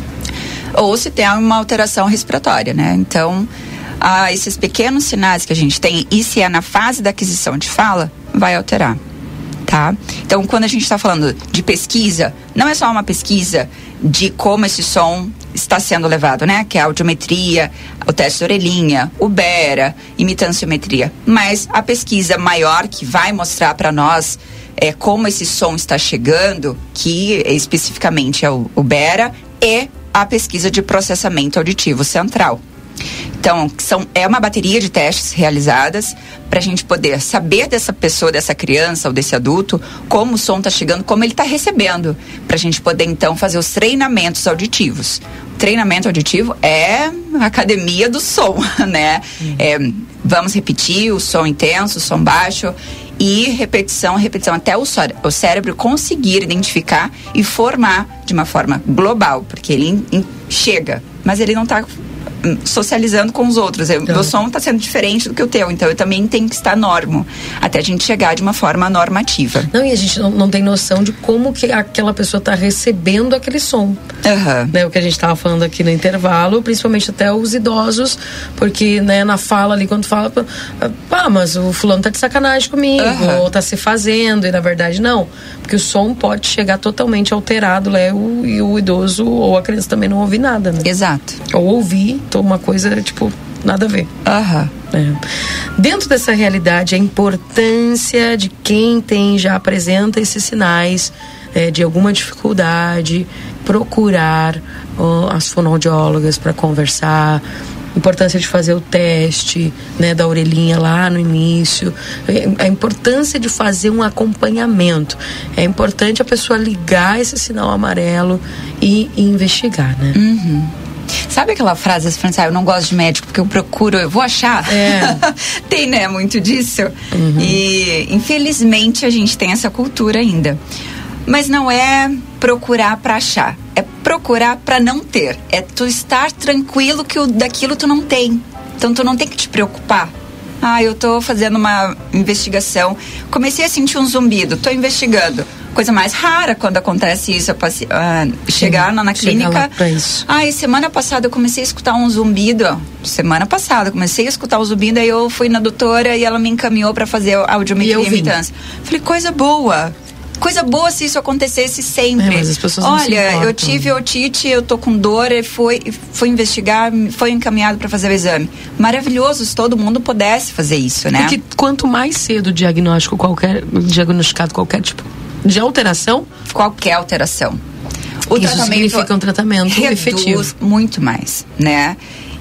Speaker 3: Ou se tem uma alteração respiratória, né? Então, ah, esses pequenos sinais que a gente tem, e se é na fase da aquisição de fala, vai alterar, tá? Então, quando a gente está falando de pesquisa, não é só uma pesquisa de como esse som está sendo levado, né? Que é a audiometria, o teste de orelhinha, o Bera, imitanciometria. Mas a pesquisa maior que vai mostrar para nós é, como esse som está chegando, que especificamente é o, o Bera, e a pesquisa de processamento auditivo central. Então, são, é uma bateria de testes realizadas para a gente poder saber dessa pessoa, dessa criança ou desse adulto, como o som está chegando, como ele está recebendo, para a gente poder, então, fazer os treinamentos auditivos. O treinamento auditivo é a academia do som, né? Uhum. É, vamos repetir o som intenso, o som baixo, e repetição, repetição, até o, cé- o cérebro conseguir identificar e formar de uma forma global, porque ele in- in- chega, mas ele não está socializando com os outros. O meu som está sendo diferente do que o teu, então eu também tenho que estar normo, até a gente chegar de uma forma normativa.
Speaker 2: Não, e a gente não, não tem noção de como que aquela pessoa está recebendo aquele som.
Speaker 3: Uhum.
Speaker 2: Né, o que a gente estava falando aqui no intervalo, principalmente até os idosos, porque, né, na fala ali, quando fala, ah, mas o fulano tá de sacanagem comigo, uhum. ou tá se fazendo, e na verdade não, porque o som pode chegar totalmente alterado, né, o, e o idoso ou a criança também não ouve nada, né?
Speaker 3: Exato.
Speaker 2: Ou ouvir uma coisa, tipo, nada a ver.
Speaker 3: Aham.
Speaker 2: É. Dentro dessa realidade, a importância de quem tem, já apresenta esses sinais é, de alguma dificuldade, procurar ó, as fonoaudiólogas para conversar, importância de fazer o teste, né, da orelhinha lá no início, a importância de fazer um acompanhamento. É importante a pessoa ligar esse sinal amarelo e, e investigar, né?
Speaker 3: Uhum. Sabe aquela frase, assim, ah, eu não gosto de médico porque eu procuro, eu vou achar? É. Tem, né, muito disso. Uhum. E, infelizmente, a gente tem essa cultura ainda. Mas não é procurar para achar, é procurar para não ter. É tu estar tranquilo que o, daquilo tu não tem. Então, tu não tem que te preocupar. Ah, eu tô fazendo uma investigação, comecei a sentir um zumbido, tô investigando. Coisa mais rara quando acontece isso, passe... ah, chegar na, na clínica. Ai, semana passada eu comecei a escutar um zumbido. Ó, semana passada eu comecei a escutar o um zumbido, aí eu fui na doutora e ela me encaminhou para fazer a audiometria e imitância. Falei, coisa boa. Coisa boa se isso acontecesse sempre.
Speaker 2: É, mas as pessoas não
Speaker 3: Olha,
Speaker 2: se importam.
Speaker 3: Eu tive otite, eu tô com dor, e foi, foi investigar, foi encaminhado para fazer o exame. Maravilhoso se todo mundo pudesse fazer isso, né?
Speaker 2: Porque quanto mais cedo o diagnóstico qualquer, diagnosticado qualquer tipo de alteração,
Speaker 3: qualquer alteração, o
Speaker 2: isso
Speaker 3: tratamento
Speaker 2: significa um tratamento
Speaker 3: reduz
Speaker 2: efetivo
Speaker 3: muito mais, né?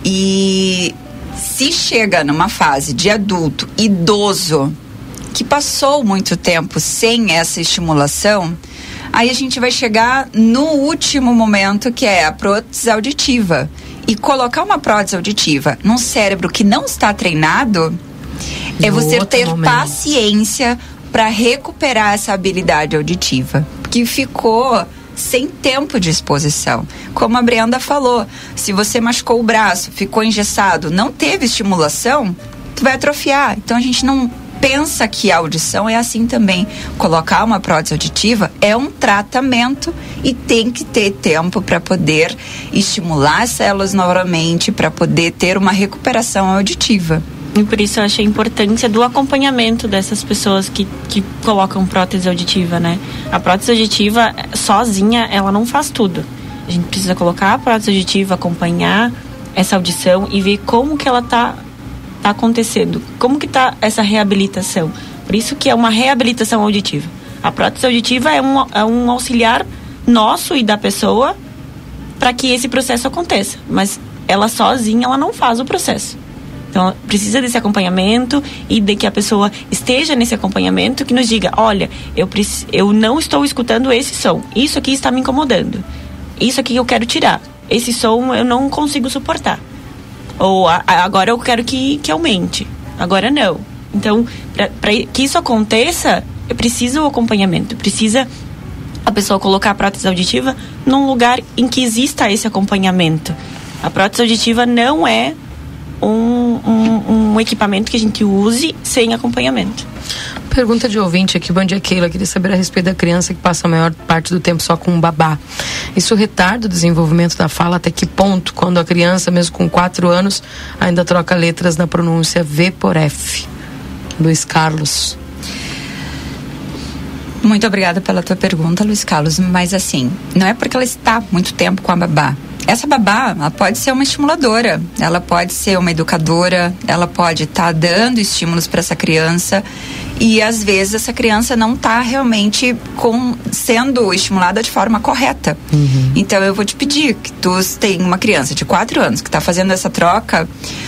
Speaker 3: E se chega numa fase de adulto idoso que passou muito tempo sem essa estimulação, aí a gente vai chegar no último momento, que é a prótese auditiva. E colocar uma prótese auditiva num cérebro que não está treinado no é você ter momento. paciência para recuperar essa habilidade auditiva, que ficou sem tempo de exposição. Como a Brenda falou, se você machucou o braço, ficou engessado, não teve estimulação, tu vai atrofiar. Então a gente não pensa que a audição é assim também. Colocar uma prótese auditiva é um tratamento e tem que ter tempo para poder estimular as células novamente, para poder ter uma recuperação auditiva.
Speaker 4: E por isso eu achei a importância do acompanhamento dessas pessoas que, que colocam prótese auditiva, né? A prótese auditiva, sozinha, ela não faz tudo. A gente precisa colocar a prótese auditiva, acompanhar essa audição e ver como que ela tá, tá acontecendo. Como que tá essa reabilitação. Por isso que é uma reabilitação auditiva. A prótese auditiva é um, é um auxiliar nosso e da pessoa para que esse processo aconteça. Mas ela sozinha, ela não faz o processo. Então, precisa desse acompanhamento e de que a pessoa esteja nesse acompanhamento, que nos diga, olha, eu, preci- eu não estou escutando esse som. Isso aqui está me incomodando. Isso aqui eu quero tirar. Esse som eu não consigo suportar. Ou a, a, agora eu quero que, que aumente. Agora não. Então, para que isso aconteça, eu preciso o acompanhamento. Precisa a pessoa colocar a prótese auditiva num lugar em que exista esse acompanhamento. A prótese auditiva não é um, um, um equipamento que a gente use sem acompanhamento.
Speaker 2: Pergunta de ouvinte aqui, bom dia, Keila. Queria saber a respeito da criança que passa a maior parte do tempo só com um babá. Isso retarda o desenvolvimento da fala até que ponto? Quando a criança, mesmo com quatro anos, ainda troca letras na pronúncia V por F. Luiz Carlos.
Speaker 3: Muito obrigada pela tua pergunta, Luiz Carlos. Mas assim, não é porque ela está muito tempo com a babá. Essa babá, ela pode ser uma estimuladora, ela pode ser uma educadora, ela pode estar tá dando estímulos para essa criança e às vezes essa criança não está realmente com, sendo estimulada de forma correta. Uhum. Então eu vou te pedir que tu tem uma criança de quatro anos que está fazendo essa troca,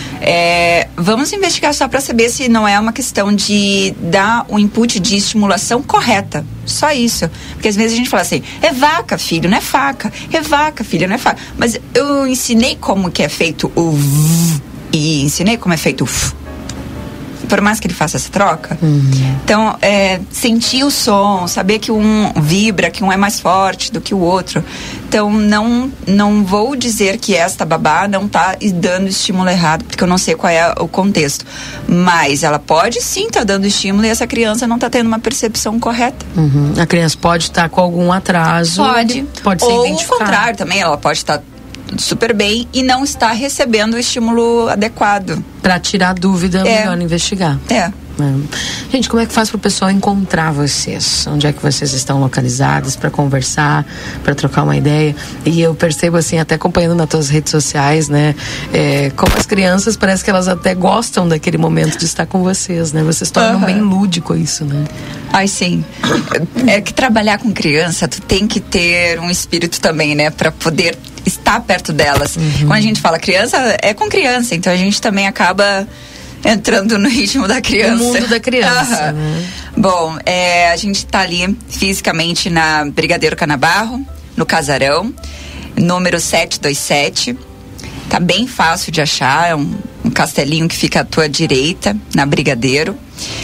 Speaker 3: é, vamos investigar só para saber se não é uma questão de dar o input de estimulação correta. Só isso. Porque às vezes a gente fala assim, é vaca, filho, não é faca. É vaca, filho, não é faca. Mas eu ensinei como que é feito o v e ensinei como é feito o f. Por mais que ele faça essa troca. Uhum. Então, é, sentir o som, saber que um vibra, que um é mais forte do que o outro. Então, não, não vou dizer que esta babá não está dando estímulo errado, porque eu não sei qual é o contexto. Mas ela pode sim estar tá dando estímulo e essa criança não está tendo uma percepção correta.
Speaker 2: Uhum. A criança pode estar tá com algum atraso.
Speaker 3: Pode.
Speaker 2: Pode ser
Speaker 3: Ou
Speaker 2: identificado.
Speaker 3: o contrário também, ela pode estar tá super bem e não está recebendo o estímulo adequado.
Speaker 2: Para tirar dúvida, é melhor investigar.
Speaker 3: É.
Speaker 2: É. Gente, como é que faz para o pessoal encontrar vocês? Onde é que vocês estão localizados para conversar, para trocar uma ideia? E eu percebo assim, até acompanhando nas tuas redes sociais, né? É, como as crianças, parece que elas até gostam daquele momento de estar com vocês, né? Vocês tornam uhum. bem lúdico isso, né?
Speaker 3: Ai, sim. É que trabalhar com criança, tu tem que ter um espírito também, né? Para poder estar perto delas. Uhum. Quando a gente fala criança, é com criança. Então a gente também acaba entrando no ritmo da criança.
Speaker 2: No mundo da criança.
Speaker 3: Uhum.
Speaker 2: Né?
Speaker 3: Bom, é, a gente tá ali fisicamente na Brigadeiro Canabarro, no Casarão, número setecentos e vinte e sete. Tá bem fácil de achar, é um, um castelinho que fica à tua direita, na Brigadeiro.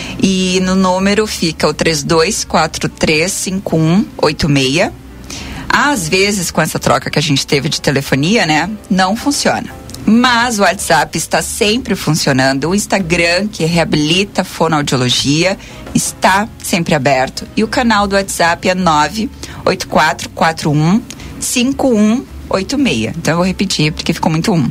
Speaker 3: E no número fica o três dois quatro três cinco um oito seis. Às vezes, com essa troca que a gente teve de telefonia, né, não funciona. Mas o WhatsApp está sempre funcionando. O Instagram, que reabilita fonoaudiologia, está sempre aberto. E o canal do WhatsApp é nove oito quatro quatro um cinco um oito seis. Então eu vou repetir, porque ficou muito um.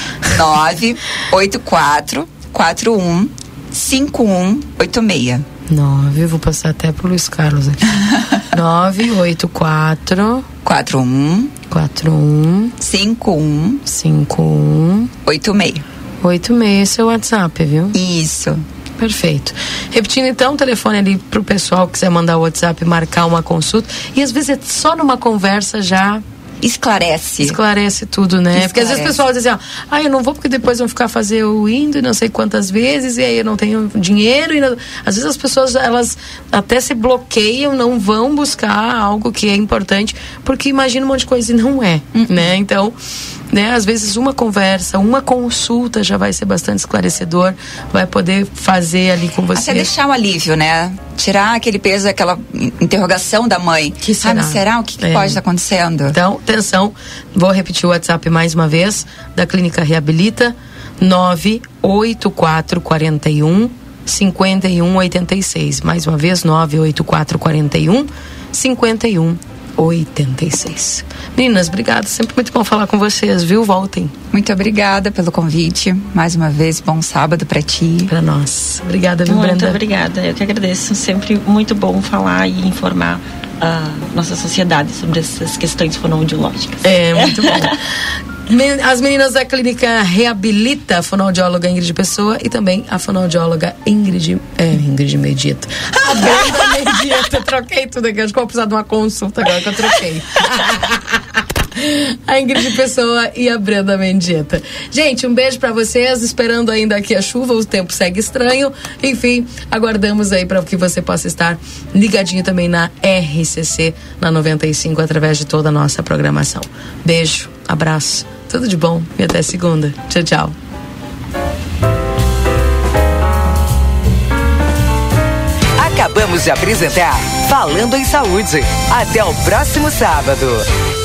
Speaker 3: nove oito quatro quatro um cinco um oito seis.
Speaker 2: nove, vou passar até pro Luiz Carlos aqui. nove oito quatro
Speaker 3: quatro um
Speaker 2: quatro um
Speaker 3: cinco um
Speaker 2: cinco um
Speaker 3: oito seis.
Speaker 2: oito seis, seu WhatsApp, viu?
Speaker 3: Isso.
Speaker 2: Perfeito. Repetindo então, o telefone ali pro pessoal que quiser mandar o WhatsApp, marcar uma consulta. E às vezes é só numa conversa já
Speaker 3: esclarece.
Speaker 2: Esclarece tudo, né?
Speaker 3: Esclarece.
Speaker 2: Porque às vezes o pessoal diz assim, ó, ah, eu não vou porque depois vão ficar fazer o indo e não sei quantas vezes e aí eu não tenho dinheiro. E não... Às vezes as pessoas, elas até se bloqueiam, não vão buscar algo que é importante porque imagina um monte de coisa e não é, uhum. né? Então, né, às vezes uma conversa, uma consulta já vai ser bastante esclarecedor, vai poder fazer ali com você.
Speaker 3: Até deixar um alívio, né? Tirar aquele peso, aquela interrogação da mãe.
Speaker 2: Que será?
Speaker 3: Ah, mas será? O que, que
Speaker 2: é.
Speaker 3: pode estar acontecendo?
Speaker 2: Então, atenção, vou repetir o WhatsApp mais uma vez, da Clínica Reabilita, nove oito quatro quatro um cinco um oito seis. Mais uma vez, nove oito quatro quatro um cinco um oitenta e seis. Meninas, obrigada, sempre muito bom falar com vocês, viu? Voltem.
Speaker 3: Muito obrigada pelo convite, mais uma vez, bom sábado pra ti.
Speaker 2: Pra nós. Obrigada, viu,
Speaker 4: muito
Speaker 2: Brenda?
Speaker 4: Muito obrigada, eu que agradeço, sempre muito bom falar e informar a nossa sociedade sobre essas questões fonoaudiológicas.
Speaker 2: É, muito bom. As meninas da Clínica Reabilita, a fonoaudióloga Ingrid Pessoa e também a fonoaudióloga Ingrid, é, Ingrid Medita. A Brenda Medita, troquei tudo aqui, acho que eu vou precisar de uma consulta agora que eu troquei. A Ingrid Pessoa e a Brenda Mendieta. Gente, um beijo pra vocês, esperando ainda aqui a chuva, o tempo segue estranho. Enfim, aguardamos aí para que você possa estar ligadinho também na R C C, na noventa e cinco, através de toda a nossa programação. Beijo, abraço, tudo de bom e até segunda. Tchau, tchau.
Speaker 1: Acabamos de apresentar Falando em Saúde. Até o próximo sábado.